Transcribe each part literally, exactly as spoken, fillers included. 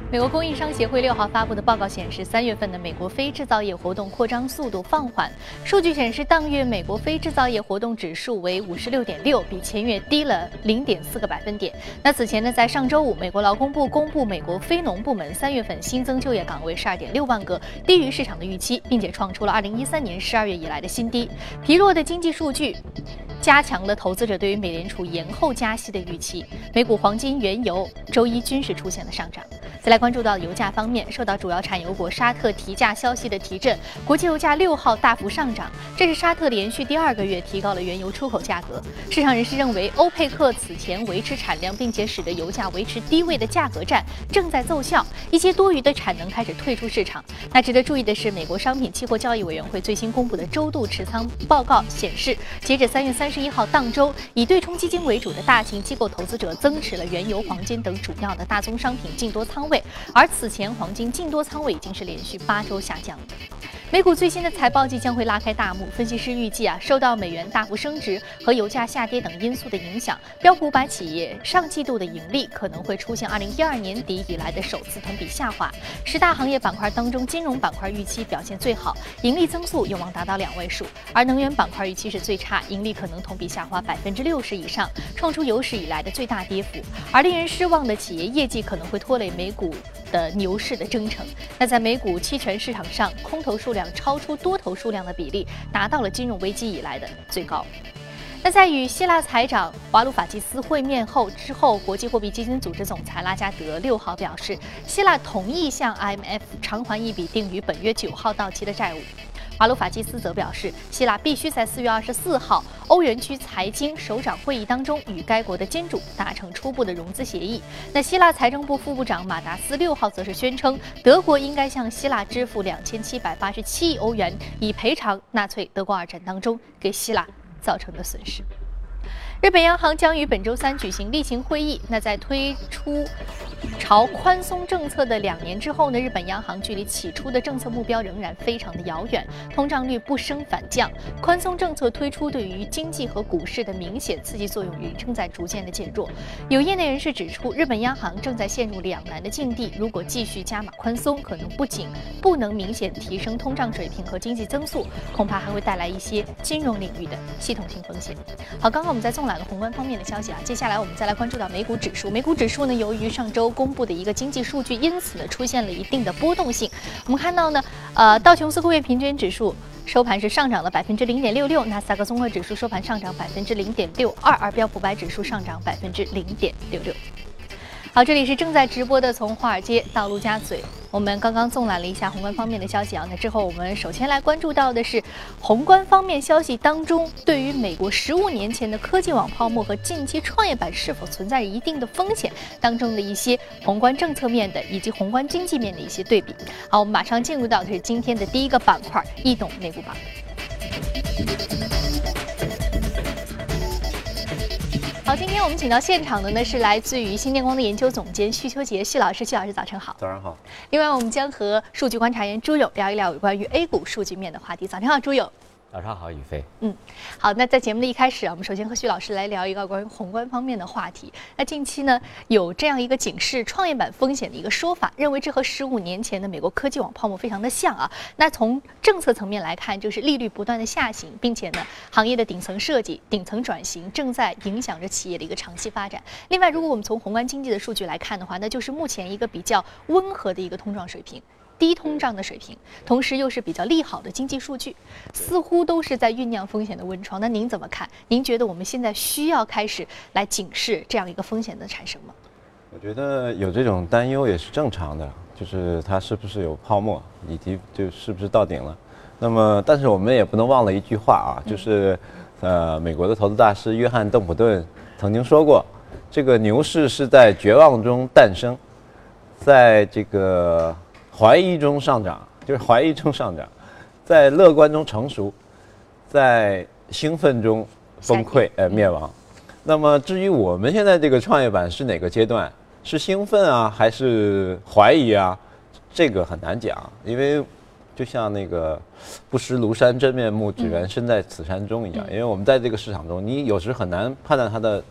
美国供应商协会六号发布的报告显示，三月份的美国非制造业活动扩张速度放缓。数据显示，当月美国非制造业活动指数为五十六点六，比前月低了零点四个百分点。那此前呢，在上周五，美国劳工部公布美国非农部门三月份新增就业岗位十二点六万个，低于市场的预期，并且创出了二零一三年十二月以来的新低。疲弱的经济数据加强了投资者对于美联储延后加息的预期。美股、黄金、原油周一均是出现了上涨。再来关注到油价方面，受到主要产油国沙特提价消息的提振，国际油价六号大幅上涨，这是沙特连续第二个月提高了原油出口价格。市场人士认为，欧佩克此前维持产量，并且使得油价维持低位的价格战正在奏效，一些多余的产能开始退出市场。那值得注意的是，美国商品期货交易委员会最新公布的周度持仓报告显示，截止三月三十一号当周，以对冲基金为主的大型机构投资者增持了原油、黄金等主要的大宗商品净多仓位，而此前黄金净多仓位已经是连续八周下降了。美股最新的财报季将会拉开大幕，分析师预计啊，受到美元大幅升值和油价下跌等因素的影响，标普五百企业上季度的盈利可能会出现二零一二年底以来的首次同比下滑。十大行业板块当中，金融板块预期表现最好，盈利增速有望达到两位数，而能源板块预期是最差，盈利可能同比下滑百分之六十以上，创出有史以来的最大跌幅。而令人失望的企业业绩可能会拖累美股的牛市的征程。那在美股期权市场上，空头数量超出多头数量的比例达到了金融危机以来的最高。那在与希腊财长瓦鲁法基斯会面后之后，国际货币基金组织总裁拉加德六号表示，希腊同意向 I M F 偿还一笔定于本月九号到期的债务。瓦鲁法基斯则表示，希腊必须在四月二十四号欧元区财经首长会议当中与该国的金主达成初步的融资协议。那希腊财政部副部长马达斯六号则是宣称，德国应该向希腊支付两千七百八十七亿欧元，以赔偿纳粹德国二战当中给希腊造成的损失。日本央行将于本周三举行例行会议。那在推出朝宽松政策的两年之后呢，日本央行距离起初的政策目标仍然非常的遥远，通胀率不升反降，宽松政策推出对于经济和股市的明显刺激作用也正在逐渐的减弱。有业内人士指出，日本央行正在陷入两难的境地，如果继续加码宽松，可能不仅不能明显提升通胀水平和经济增速，恐怕还会带来一些金融领域的系统性风险。好，刚刚我们在纵览了宏观方面的消息啊，接下来我们再来关注到美股指数。美股指数呢，由于上周公布的一个经济数据，因此呢出现了一定的波动性。我们看到呢，呃，道琼斯工业平均指数收盘是上涨了百分之零点六六，纳斯达克综合指数收盘上涨百分之零点六二，而标普百指数上涨百分之零点六六。好，这里是正在直播的从华尔街到陆家嘴。我们刚刚纵览了一下宏观方面的消息啊，那之后我们首先来关注到的是宏观方面消息当中，对于美国十五年前的科技网泡沫和近期创业板是否存在一定的风险当中的一些宏观政策面的以及宏观经济面的一些对比。好，我们马上进入到的是今天的第一个板块，易懂美股榜。好，今天我们请到现场的呢是来自于新电光的研究总监徐秋杰，徐老师，徐老师早晨好。 早上好。 另外，我们将和数据观察员朱勇聊一聊有关于 A 股数据面的话题。早上好，朱勇。 早上好，宇飞。 嗯，好，那在节目的一开始啊，我们首先和徐老师来聊一个关于宏观方面的话题。那近期呢，有这样一个警示创业板风险的一个说法，认为这和十五年前的美国科技网泡沫非常的像啊。那从政策层面来看，就是利率不断的下行，并且呢，行业的顶层设计、顶层转型正在影响着企业的一个长期发展。另外，如果我们从宏观经济的数据来看的话，那就是目前一个比较温和的一个通胀水平。低通胀的水平，同时又是比较利好的经济数据，似乎都是在酝酿风险的温床。那您怎么看？您觉得我们现在需要开始来警示这样一个风险的产生吗？ 我觉得有这种担忧也是正常的，就是它是不是有泡沫，以及就是不是到顶了。那么，但是我们也不能忘了一句话啊，就是呃，美国的投资大师约翰·邓普顿曾经说过，这个牛市是在绝望中诞生，在这个怀疑中上涨，就是怀疑中上涨，在乐观中成熟，在兴奋中崩溃，呃，灭亡。那么至于我们现在这个创业板是哪个阶段，是兴奋啊，还是怀疑啊？这个很难讲，因为就像那个不识庐山真面目，只缘身在此山中一样。因为我们在这个市场中，你有时很难判断它的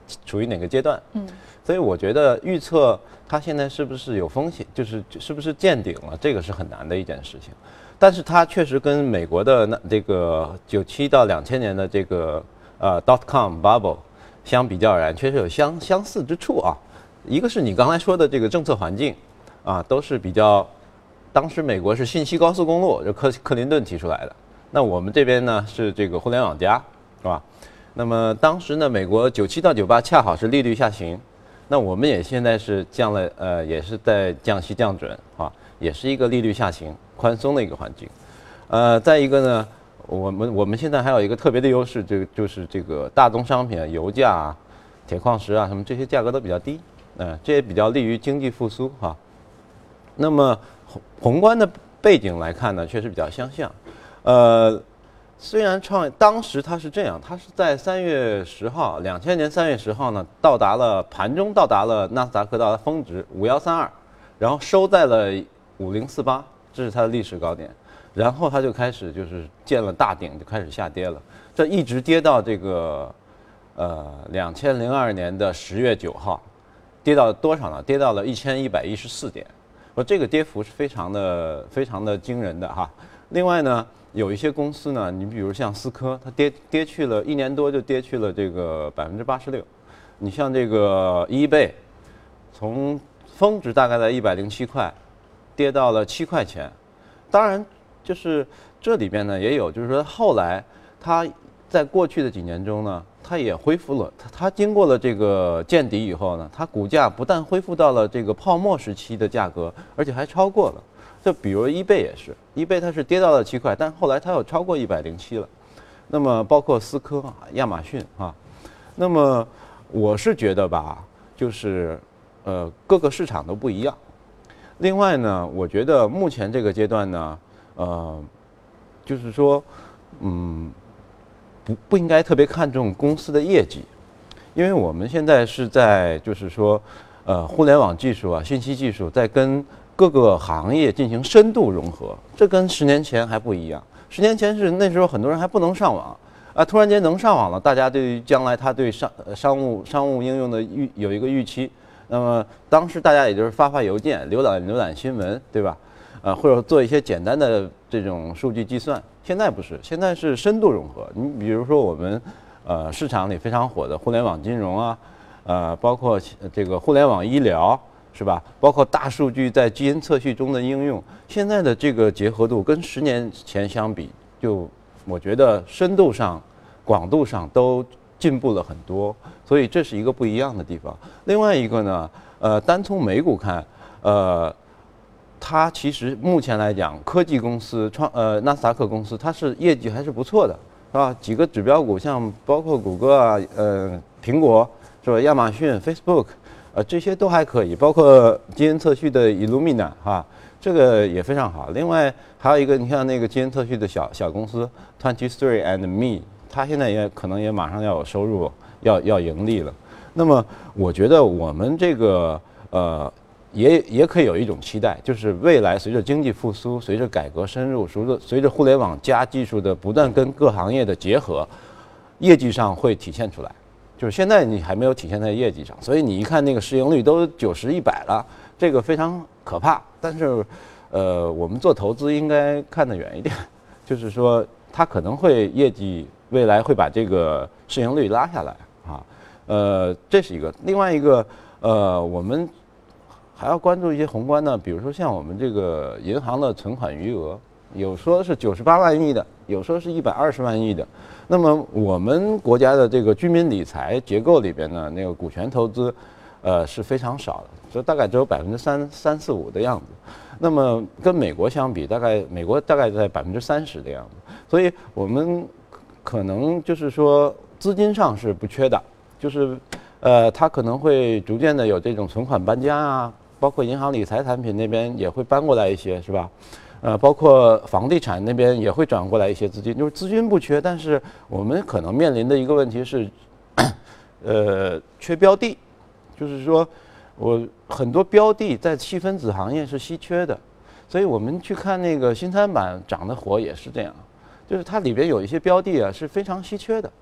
处于哪个阶段。 嗯， 所以我觉得预测它现在是不是有风险，就是是不是见顶了，这个是很难的一件事情。但是它确实跟美国的那这个九七到两千年的这个呃 dot com bubble 相比较而言，确实有相相似之处啊。一个是你刚才说的这个政策环境啊，都是比较，当时美国是信息高速公路，就克克林顿提出来的。那我们这边呢是这个互联网加，是吧？那么当时呢，美国九七到九八恰好是利率下行，那我们也现在是降了，呃，也是在降息降准啊，也是一个利率下行、宽松的一个环境。呃，再一个呢，我们我们现在还有一个特别的优势，这个就是这个大宗商品、油价啊、铁矿石啊什么这些价格都比较低。嗯、呃，这也比较利于经济复苏哈。那么宏宏观的背景来看呢，确实比较相像。呃，虽然创当时它是这样，它是在三月十号，两千年三月十号呢，到达了盘中到达了纳斯达克到达峰值五幺三二，然后收在了五零四八，这是它的历史高点。然后它就开始就是见了大顶，就开始下跌了，这一直跌到这个呃两千零二年的十月九号。跌到多少呢？跌到了一千一百一十四点，说这个跌幅是非常的、非常的惊人的哈。另外呢，有一些公司呢，你比如像思科，它跌跌去了一年多就跌去了这个百分之八十六。你像这个eBay，从峰值大概在一百零七块，跌到了七块钱。当然，就是这里边呢也有，就是说后来它在过去的几年中呢。它也恢复了，它它经过了这个见底以后呢，它股价不但恢复到了这个泡沫时期的价格，而且还超过了。就比如eBay也是，eBay它是跌到了七块，但后来它又超过一百零七了。那么包括思科、亚马逊啊，那么我是觉得吧，就是呃各个市场都不一样。另外呢，我觉得目前这个阶段呢，呃，就是说，嗯。不不应该特别看重公司的业绩，因为我们现在是在就是说，呃，互联网技术啊、信息技术在跟各个行业进行深度融合，这跟十年前还不一样。十年前是那时候很多人还不能上网啊，突然间能上网了，大家对于将来他对商商务商务应用的预有一个预期。那么当时大家也就是发发邮件、浏览浏览新闻，对吧？呃，或者做一些简单的这种数据计算。现在不是，现在是深度融合。你比如说我们，呃，市场里非常火的互联网金融啊，呃，包括这个互联网医疗，是吧？包括大数据在基因测序中的应用，现在的这个结合度跟十年前相比，就我觉得深度上、广度上都进步了很多。所以这是一个不一样的地方。另外一个呢，呃，单从美股看，呃。它其实目前来讲，科技公司创呃纳斯达克公司，它是业绩还是不错的，是吧？几个指标股，像包括谷歌啊、呃苹果是吧、亚马逊、Facebook， 呃这些都还可以，包括基因测序的 Illumina 哈，这个也非常好。另外还有一个，你看那个基因测序的小小公司 twenty-three and me， 它现在也可能也马上要有收入，要要盈利了。那么我觉得我们这个呃。也也可以有一种期待，就是未来随着经济复苏，随着改革深入，随着随着互联网加技术的不断跟各行业的结合，业绩上会体现出来。就是现在你还没有体现在业绩上，所以你一看那个市盈率都九十一百了，这个非常可怕。但是，呃，我们做投资应该看得远一点，就是说它可能会业绩未来会把这个市盈率拉下来啊，呃，这是一个。另外一个，呃，我们。还要关注一些宏观的，比如说像我们这个银行的存款余额，有说是九十八万亿的，有说是一百二十万亿的。那么我们国家的这个居民理财结构里边呢，那个股权投资，呃是非常少的，就大概只有百分之三三四五的样子。那么跟美国相比，大概美国大概在百分之三十的样子。所以我们可能就是说资金上是不缺的，就是呃它可能会逐渐的有这种存款搬家啊。包括银行理财产品那边也会搬过来一些，是吧？呃，包括房地产那边也会转过来一些资金，就是资金不缺，但是我们可能面临的一个问题是，呃，缺标的，就是说，我很多标的在细分子行业是稀缺的，所以我们去看那个新三板涨得火也是这样，就是它里边有一些标的啊是非常稀缺的。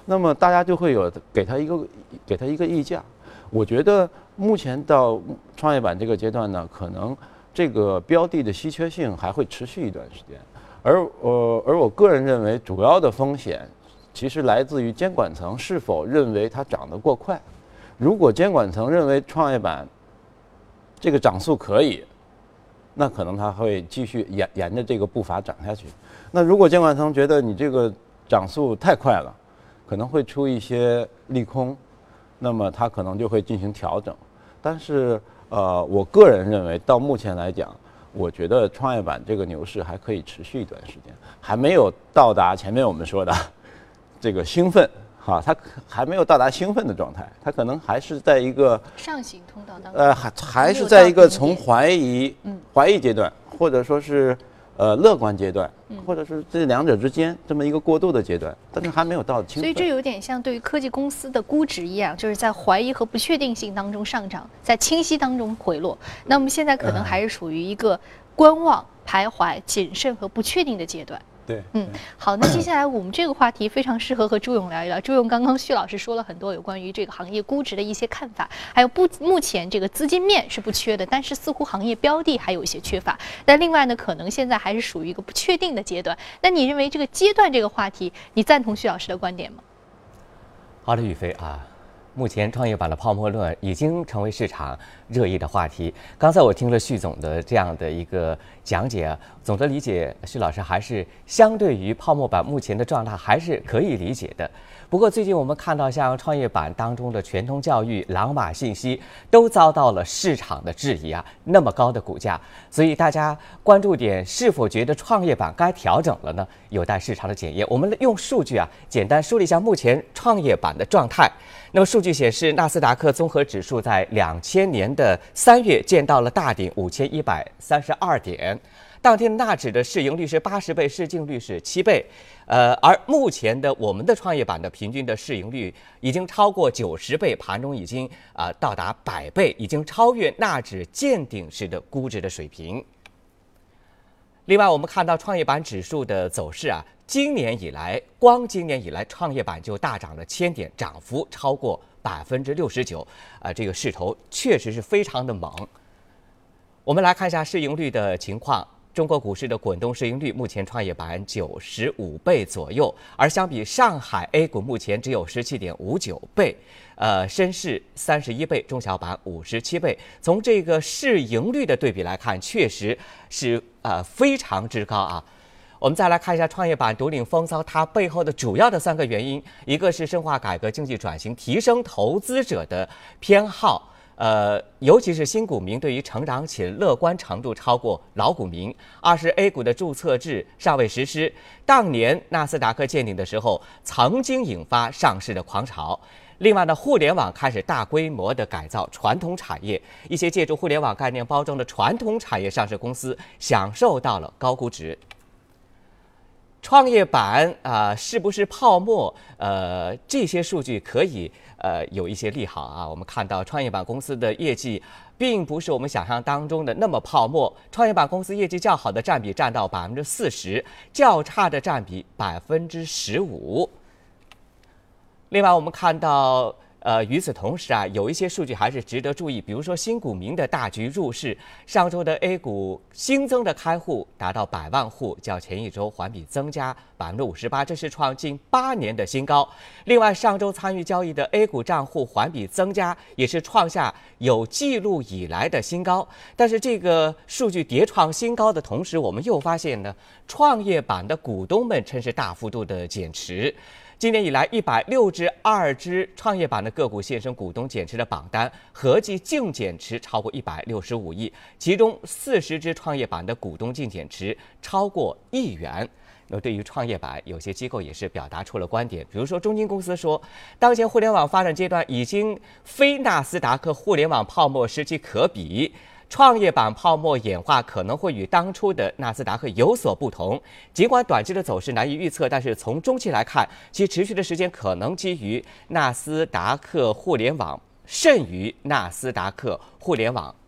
那么大家就会有给他一个给他一个溢价。我觉得目前到创业板这个阶段呢，可能这个标的的稀缺性还会持续一段时间。而呃，而我个人认为，主要的风险其实来自于监管层是否认为它涨得过快。如果监管层认为创业板这个涨速可以，那可能它会继续沿沿着这个步伐涨下去。那如果监管层觉得你这个涨速太快了，可能会出一些利空，那么它可能就会进行调整。但是呃，我个人认为到目前来讲，我觉得创业板这个牛市还可以持续一段时间，还没有到达前面我们说的这个兴奋。哈，它还没有到达兴奋的状态，它可能还是在一个上行通道当中， 呃，还还是在一个从怀疑、嗯、怀疑阶段，或者说是呃乐观阶段，嗯、或者是这两者之间这么一个过渡的阶段，但是还没有到兴奋。 所以这有点像对于科技公司的估值一样，就是在怀疑和不确定性当中上涨，在清晰当中回落。那么现在可能还是属于一个观望、徘徊、谨慎和不确定的阶段。 对， 嗯，好，那接下来我们这个话题非常适合和朱勇聊一聊。朱勇刚刚徐老师说了很多有关于这个行业估值的一些看法，还有不目前这个资金面是不缺的，但是似乎行业标的还有一些缺乏。但另外呢，可能现在还是属于一个不确定的阶段。那你认为这个阶段这个话题，你赞同徐老师的观点吗？ 好的，宇飞啊。目前创业板的泡沫论已经成为市场热议的话题。刚才我听了徐总的这样的一个讲解，总的理解，徐老师还是相对于泡沫板目前的状态还是可以理解的。不过最近我们看到，像创业板当中的全通教育、朗玛信息都遭到了市场的质疑啊，那么高的股价，所以大家关注点是否觉得创业板该调整了呢？有待市场的检验。我们用数据啊，简单梳理一下目前创业板的状态。那么数据显示，纳斯达克综合指数在两千年的三月见到了大顶五千一百三十二点，当天纳指的市盈率是八十倍，市净率是七倍，呃，而目前的我们的创业板的平均的市盈率已经超过九十倍，盘中已经啊、呃、到达百倍，已经超越纳指见顶时的估值的水平。另外，我们看到创业板指数的走势啊。今年以来，光今年以来，创业板就大涨了千点，涨幅超过百分之六十九，啊，这个势头确实是非常的猛。我们来看一下市盈率的情况，中国股市的滚动市盈率目前创业板九十五倍左右，而相比上海 A 股目前只有十七点五九倍，呃，深市三十一倍，中小板五十七倍。从这个市盈率的对比来看，确实是呃非常之高啊。我们再来看一下创业板独领风骚，它背后的主要的三个原因，一个是深化改革经济转型，提升投资者的偏好，呃，尤其是新股民对于成长且乐观程度超过老股民；二是 A 股的注册制尚未实施，当年纳斯达克见顶的时候，曾经引发上市的狂潮。另外呢，互联网开始大规模的改造传统产业，一些借助互联网概念包装的传统产业上市公司享受到了高估值。创业板啊、呃，是不是泡沫？呃，这些数据可以呃有一些利好啊。我们看到创业板公司的业绩并不是我们想象当中的那么泡沫，创业板公司业绩较好的占比占到百分之四十，较差的占比百分之十五。另外，我们看到。呃，与此同时啊，有一些数据还是值得注意，比如说新股民的大局入市，上周的 A 股新增的开户达到百万户，较前一周环比增加百分之五十八，这是创近八年的新高。另外，上周参与交易的 A 股账户环比增加，也是创下有记录以来的新高。但是这个数据迭创新高的同时，我们又发现呢，创业板的股东们趁势大幅度的减持。今年以来，一百六十二只创业板的个股现身股东减持的榜单，合计净减持超过一百六十五亿，其中四十只创业板的股东净减持超过亿元。那对于创业板，有些机构也是表达出了观点，比如说中金公司说，当前互联网发展阶段已经非纳斯达克互联网泡沫时期可比。创业板泡沫演化可能会与当初的纳斯达克有所不同，尽管短期的走势难以预测，但是从中期来看，其持续的时间可能基于纳斯达克互联网甚于纳斯达克互联网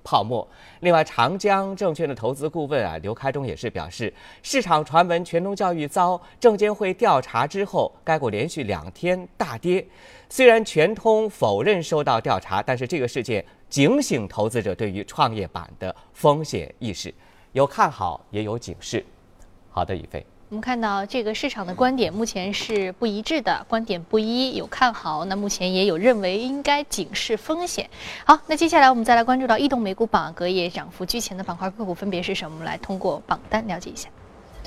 泡沫。另外，长江证券的投资顾问啊刘开忠也是表示，市场传闻全通教育遭证监会调查之后，该股连续两天大跌。虽然全通否认受到调查，但是这个事件警醒投资者对于创业板的风险意识，有看好也有警示。好的，宇飞。 我们看到这个市场的观点目前是不一致的，观点不一，有看好，那目前也有认为应该警示风险。好，那接下来我们再来关注到异动美股榜隔夜涨幅居前的板块个股分别是什么？我们来通过榜单了解一下。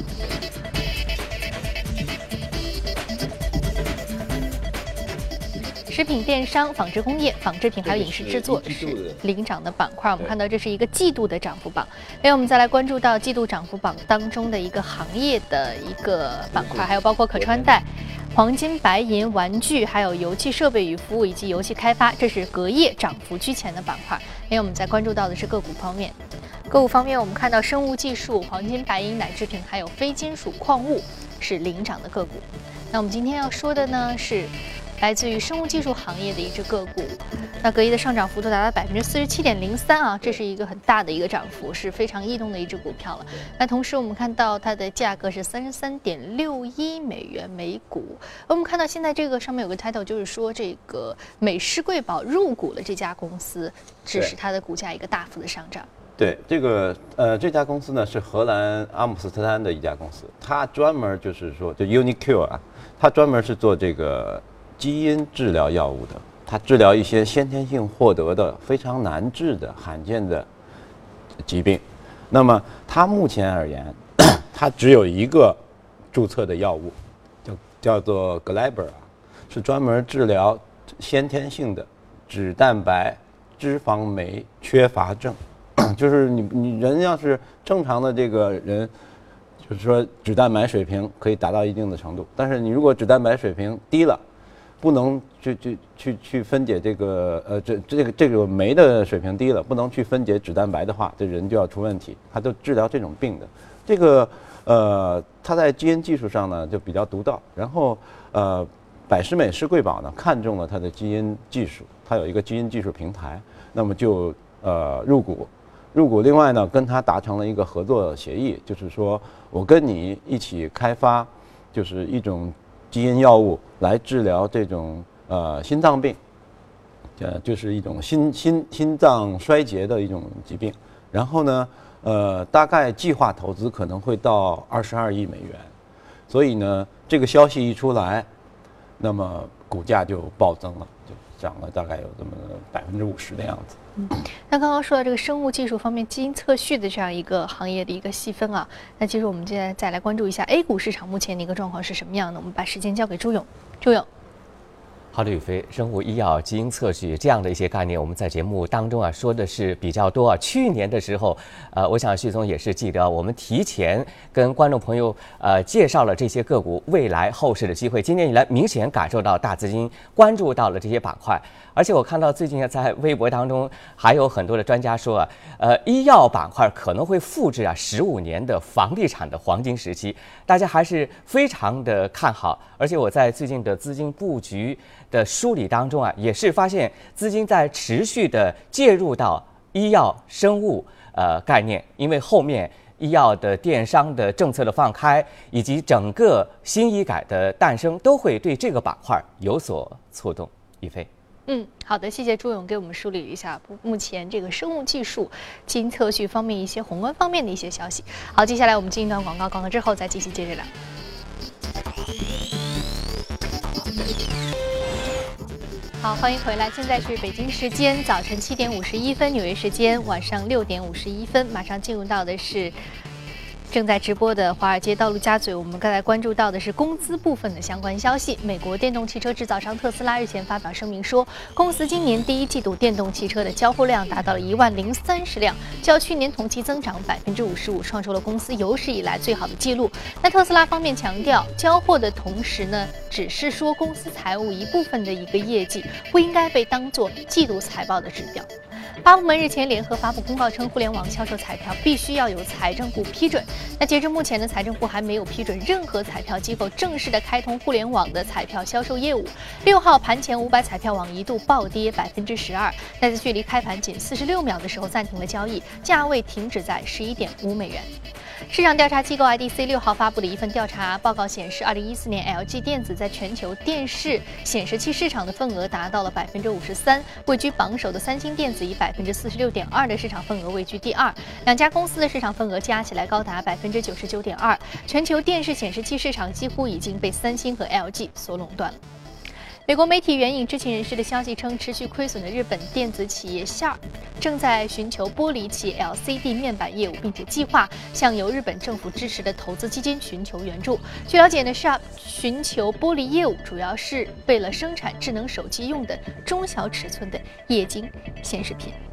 食品电商、纺织工业、纺织品还有影视制作是领涨的板块。我们看到这是一个季度的涨幅榜。另外，我们再来关注到季度涨幅榜当中的一个行业的一个板块，还有包括可穿戴、黄金、白银、玩具，还有油气设备与服务以及油气开发，这是隔夜涨幅居前的板块。另外，我们再关注到的是个股方面。个股方面，我们看到生物技术、黄金、白银、奶制品还有非金属矿物是领涨的个股。那我们今天要说的呢是来自于生物技术行业的一只个股，那隔夜的上涨幅度达到百分之四十七点零三啊，这是一个很大的一个涨幅，是非常异动的一只股票了。那同时我们看到它的价格是三十三点六一美元每股。我们看到现在这个上面有个 title， 就是说这个美施贵宝入股了这家公司，致使它的股价一个大幅的上涨。 对，这个呃这家公司呢是荷兰阿姆斯特丹的一家公司，它专门就是说就 uniQure 啊，它专门是做这个基因治疗药物的，它治疗一些先天性获得的非常难治的罕见的疾病。那么它目前而言，它只有一个注册的药物，叫叫做 Gleber， 是专门治疗先天性的脂蛋白脂肪酶缺乏症。就是你你人要是正常的这个人，就是说脂蛋白水平可以达到一定的程度，但是你如果脂蛋白水平低了，不能去去去去分解这个呃这这个这个酶的水平低了，不能去分解脂蛋白的话，这人就要出问题。他就治疗这种病的，这个呃他在基因技术上呢就比较独到，然后呃百时美施贵宝呢看中了他的基因技术，他有一个基因技术平台，那么就呃入股。入股，另外呢，跟他达成了一个合作协议，就是说我跟你一起开发，就是一种基因药物来治疗这种呃心脏病，呃，就是一种心心心脏衰竭的一种疾病。然后呢，呃，大概计划投资可能会到二十二亿美元，所以呢，这个消息一出来，那么股价就暴增了，就涨了大概有这么百分之五十的样子。 嗯，那刚刚说到这个生物技术方面基因测序的这样一个行业的一个细分啊，那其实我们现在再来关注一下 A 股市场目前的一个状况是什么样的。我们把时间交给朱勇，朱勇。 好的，宇飞，生物医药、基因测序这样的一些概念，我们在节目当中啊说的是比较多啊。去年的时候，呃，我想旭总也是记得，我们提前跟观众朋友呃介绍了这些个股未来后市的机会。今年以来，明显感受到大资金关注到了这些板块，而且我看到最近在微博当中还有很多的专家说啊，呃，医药板块可能会复制啊十五年的房地产的黄金时期，大家还是非常的看好。而且我在最近的资金布局的梳理当中啊，也是发现资金在持续的介入到医药、生物呃概念，因为后面医药的电商的政策的放开，以及整个新医改的诞生，都会对这个板块有所触动。宇飞。 嗯，好的，谢谢朱勇给我们梳理了一下目前这个生物技术、基因测序方面一些宏观方面的一些消息。好，接下来我们进一段广告，广告之后再继续接着聊。好，欢迎回来，现在是北京时间早晨七点五十一分，纽约时间晚上六点五十一分，马上进入到的是正在直播的华尔街道陆家嘴，我们刚才关注到的是工资部分的相关消息。美国电动汽车制造商特斯拉日前发表声明说，公司今年第一季度电动汽车的交付量达到了一万零三十辆，较去年同期增长百分之五十五，创出了公司有史以来最好的记录。那特斯拉方面强调，交货的同时呢，只是说公司财务一部分的一个业绩，不应该被当作季度财报的指标。 八部门日前联合发布公告称，互联网销售彩票必须要有财政部批准。那截至目前呢，财政部还没有批准任何彩票机构正式的开通互联网的彩票销售业务。六号盘前五百彩票网一度暴跌百分之十二，那在距离开盘仅四十六秒的时候暂停了交易，价位停止在十一点五美元。市场调查机构 I D C 六号发布的一份调查报告显示，二零一四年 L G 电子在全球电视显示器市场的份额达到了百分之五十三，位居榜首的三星电子以百分之四十六点二的市场份额位居第二，两家公司的市场份额加起来高达百分之九十九点二，全球电视显示器市场几乎已经被三星和 L G 所垄断了。美国媒体援引知情人士的消息称，持续亏损的日本电子企业 Sharp 正在寻求剥离其 L C D 面板业务，并且计划向由日本政府支持的投资基金寻求援助。据了解呢 ，Sharp 寻求剥离业务主要是为了生产智能手机用的中小尺寸的液晶显示屏。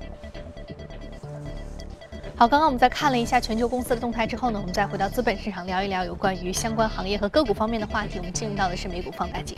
好，刚刚我们在看了一下全球公司的动态之后呢，我们再回到资本市场聊一聊有关于相关行业和个股方面的话题。我们进入到的是美股放大镜。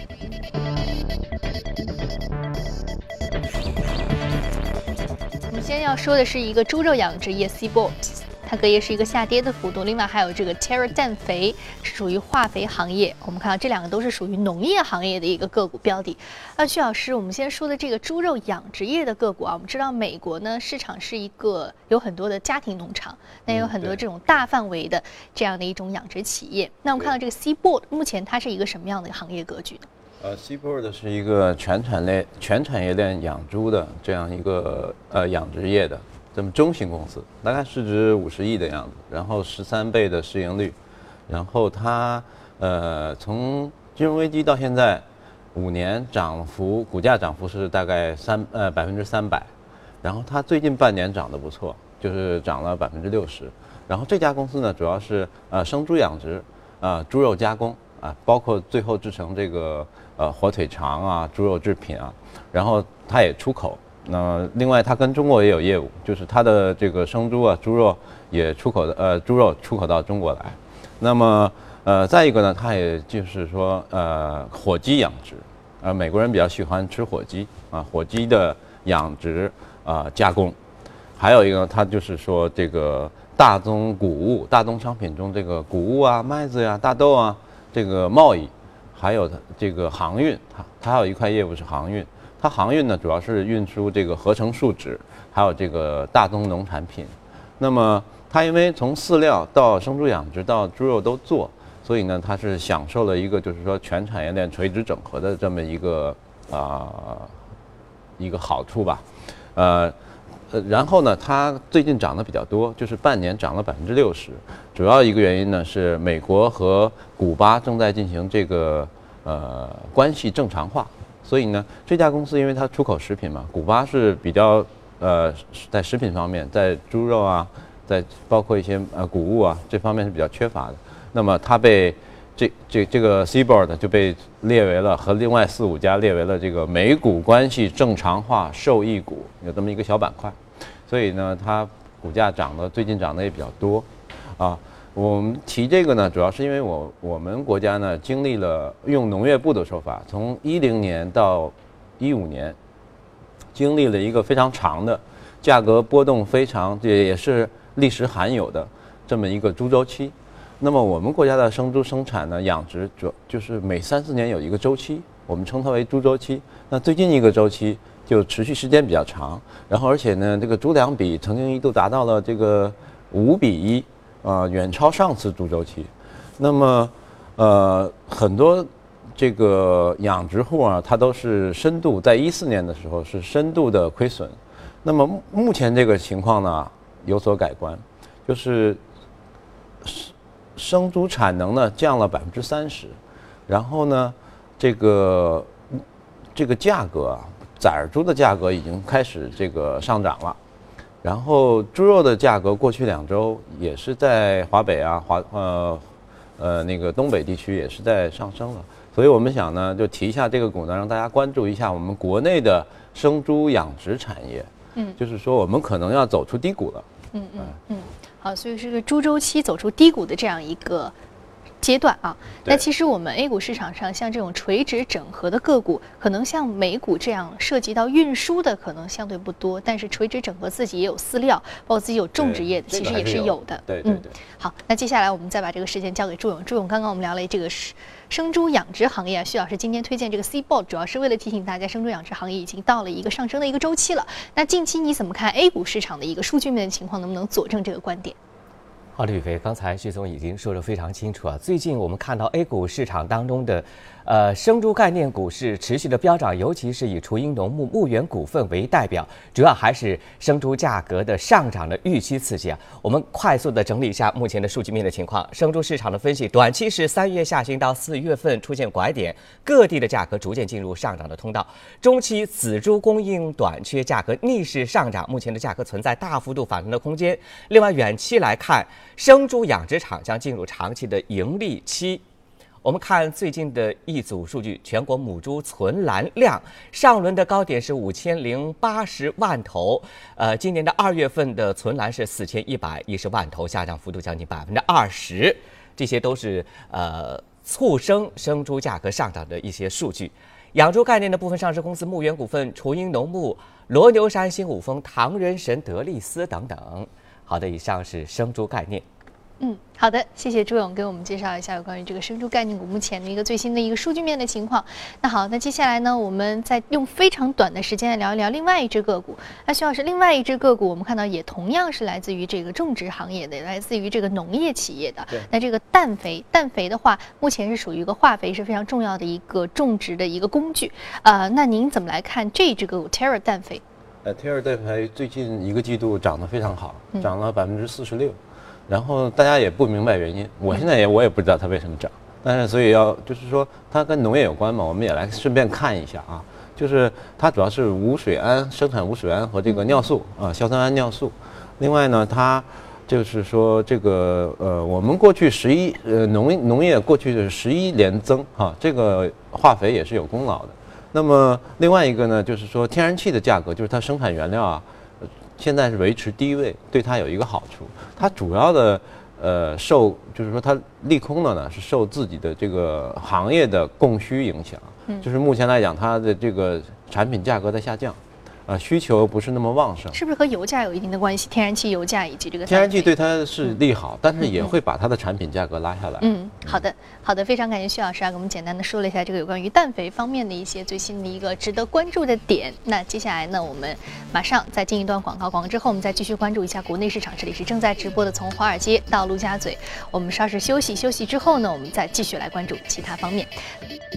我们先要说的是一个猪肉养殖业 Seaboard， 它隔夜是一个下跌的幅度。另外还有这个 Terra 氮肥是属于化肥行业，我们看到这两个都是属于农业行业的一个个股标的。那徐老师，我们先说的这个猪肉养殖业的个股啊，我们知道美国呢市场是一个有很多的家庭农场，那有很多这种大范围的这样的一种养殖企业。那我们看到这个 Seaboard 目前它是一个什么样的行业格局呢？ 呃 ，Seaboard 是一个全产链、全产业链养猪的这样一个呃养殖业的这么中型公司，大概市值五十亿的样子，然后十三倍的市盈率，然后它呃从金融危机到现在五年涨幅，股价涨幅是大概三呃百分之三百，然后它最近半年涨得不错，就是涨了百分之六十。然后这家公司呢，主要是呃生猪养殖，啊、呃、猪肉加工啊，包括最后制成这个。呃，火腿肠啊，猪肉制品啊，然后它也出口。那另外，它跟中国也有业务，就是它的这个生猪啊、猪肉也出口的，呃，猪肉出口到中国来。那么，呃，再一个呢，它也就是说，呃，火鸡养殖，呃，美国人比较喜欢吃火鸡啊，火鸡的养殖啊、呃、加工。还有一个呢，它就是说这个大宗谷物、大宗商品中这个谷物啊、麦子呀、大豆啊，这个贸易。还有它这个航运，它它还有一块业务是航运。它航运呢，主要是运输这个合成树脂，还有这个大宗农产品。那么它因为从饲料到生猪养殖到猪肉都做，所以呢，它是享受了一个就是说全产业链垂直整合的这么一个啊、呃、一个好处吧。呃呃，然后呢，它最近涨得比较多，就是半年涨了百分之六十。主要一个原因呢是美国和古巴正在进行这个呃关系正常化，所以呢，这家公司因为它出口食品嘛，古巴是比较呃在食品方面，在猪肉啊，在包括一些呃谷物啊这方面是比较缺乏的。那么它被这这这个 Seaboard 就被列为了和另外四五家列为了这个美古关系正常化受益股，有这么一个小板块，所以呢，它股价涨得最近涨得也比较多。啊，我们提这个呢，主要是因为我我们国家呢经历了用农业部的说法，从一零年到一五年，经历了一个非常长的价格波动非常也也是历史罕有的这么一个猪周期。那么我们国家的生猪生产呢，养殖主就是每三四年有一个周期，我们称它为猪周期。那最近一个周期就持续时间比较长，然后而且呢，这个猪粮比曾经一度达到了这个五比一。啊、呃，远超上次猪周期。那么，呃，很多这个养殖户啊，它都是深度，在一四年的时候是深度的亏损。那么目前这个情况呢有所改观，就是生猪产能呢降了百分之三十，然后呢，这个这个价格啊，崽儿猪的价格已经开始这个上涨了。然后猪肉的价格过去两周也是在华北啊、华呃呃那个东北地区也是在上升了，所以我们想呢，就提一下这个股呢，让大家关注一下我们国内的生猪养殖产业。嗯，就是说我们可能要走出低谷了。 嗯嗯嗯，好，所以是个猪周期走出低谷的这样一个阶段啊。 对那其实我们 A 股市场上像这种垂直整合的个股，可能像美股这样涉及到运输的可能相对不多，但是垂直整合自己也有饲料，包括自己有种植业的， 对其实也是有的。 对对对。 嗯，好，那接下来我们再把这个时间交给朱勇。朱勇，刚刚我们聊了这个生猪养殖行业啊，徐老师今天推荐这个 C B O T， 主要是为了提醒大家，生猪养殖行业已经到了一个上升的一个周期了。那近期你怎么看 A 股市场的一个数据面的情况，能不能佐证这个观点？ 好的，宇飞，刚才徐总已经说得非常清楚啊。最近我们看到 A 股市场当中的，呃，生猪概念股是持续的飙涨，尤其是以雏鹰农牧、牧原股份为代表，主要还是生猪价格的上涨的预期刺激啊。我们快速的整理一下目前的数据面的情况。生猪市场的分析，短期是三月下旬到四月份出现拐点，各地的价格逐渐进入上涨的通道。中期仔猪供应短缺，价格逆势上涨，目前的价格存在大幅度反弹的空间。另外，远期来看，生猪养殖场将进入长期的盈利期。我们看最近的一组数据，全国母猪存栏量上轮的高点是五千零八十万头，呃，今年的二月份的存栏是四千一百一十万头，下降幅度将近百分之二十，这些都是呃促生生猪价格上涨的一些数据。养猪概念的部分上市公司牧原股份、雏鹰农牧、罗牛山新五丰、唐人神、德利斯等等。好的，以上是生猪概念。 嗯，好的，谢谢朱勇给我们介绍一下有关于这个生猪概念股目前的一个最新的一个数据面的情况。那好，那接下来呢，我们再用非常短的时间来聊一聊另外一只个股。那徐老师，另外一只个股我们看到也同样是来自于这个种植行业的，也来自于这个农业企业的。那这个氮肥，氮肥的话，目前是属于一个化肥是非常重要的一个种植的一个工具。呃，那您怎么来看这只个股 Terra 氮肥？ 呃 Terra 氮肥最近一个季度涨得非常好，涨了百分之四十六。然后大家也不明白原因，我现在也我也不知道它为什么涨，但是所以要就是说它跟农业有关嘛，我们也来顺便看一下啊，就是它主要是无水胺生产无水胺和这个尿素啊，硝酸胺尿素。另外呢，它就是说这个呃，我们过去十一呃农农业过去的十一连增哈，这个化肥也是有功劳的。那么另外一个呢，就是说天然气的价格，就是它生产原料啊。现在是维持低位，对它有一个好处。它主要的呃受，就是说它利空的呢，是受自己的这个行业的供需影响。嗯，就是目前来讲，它的这个产品价格在下降，呃，需求不是那么旺盛。 是不是和油价有一定的关系？天然气、油价以及这个天然气对它是利好，嗯、但是也会把它的产品价格拉下来。 嗯，好的，好的，非常感谢徐老师啊，给我们简单的说了一下这个有关于氮肥方面的一些最新的一个值得关注的点。那接下来呢，我们马上再进一段广告，广告之后我们再继续关注一下国内市场。这里是正在直播的，从华尔街到陆家嘴。我们稍事休息，休息之后呢，我们再继续来关注其他方面。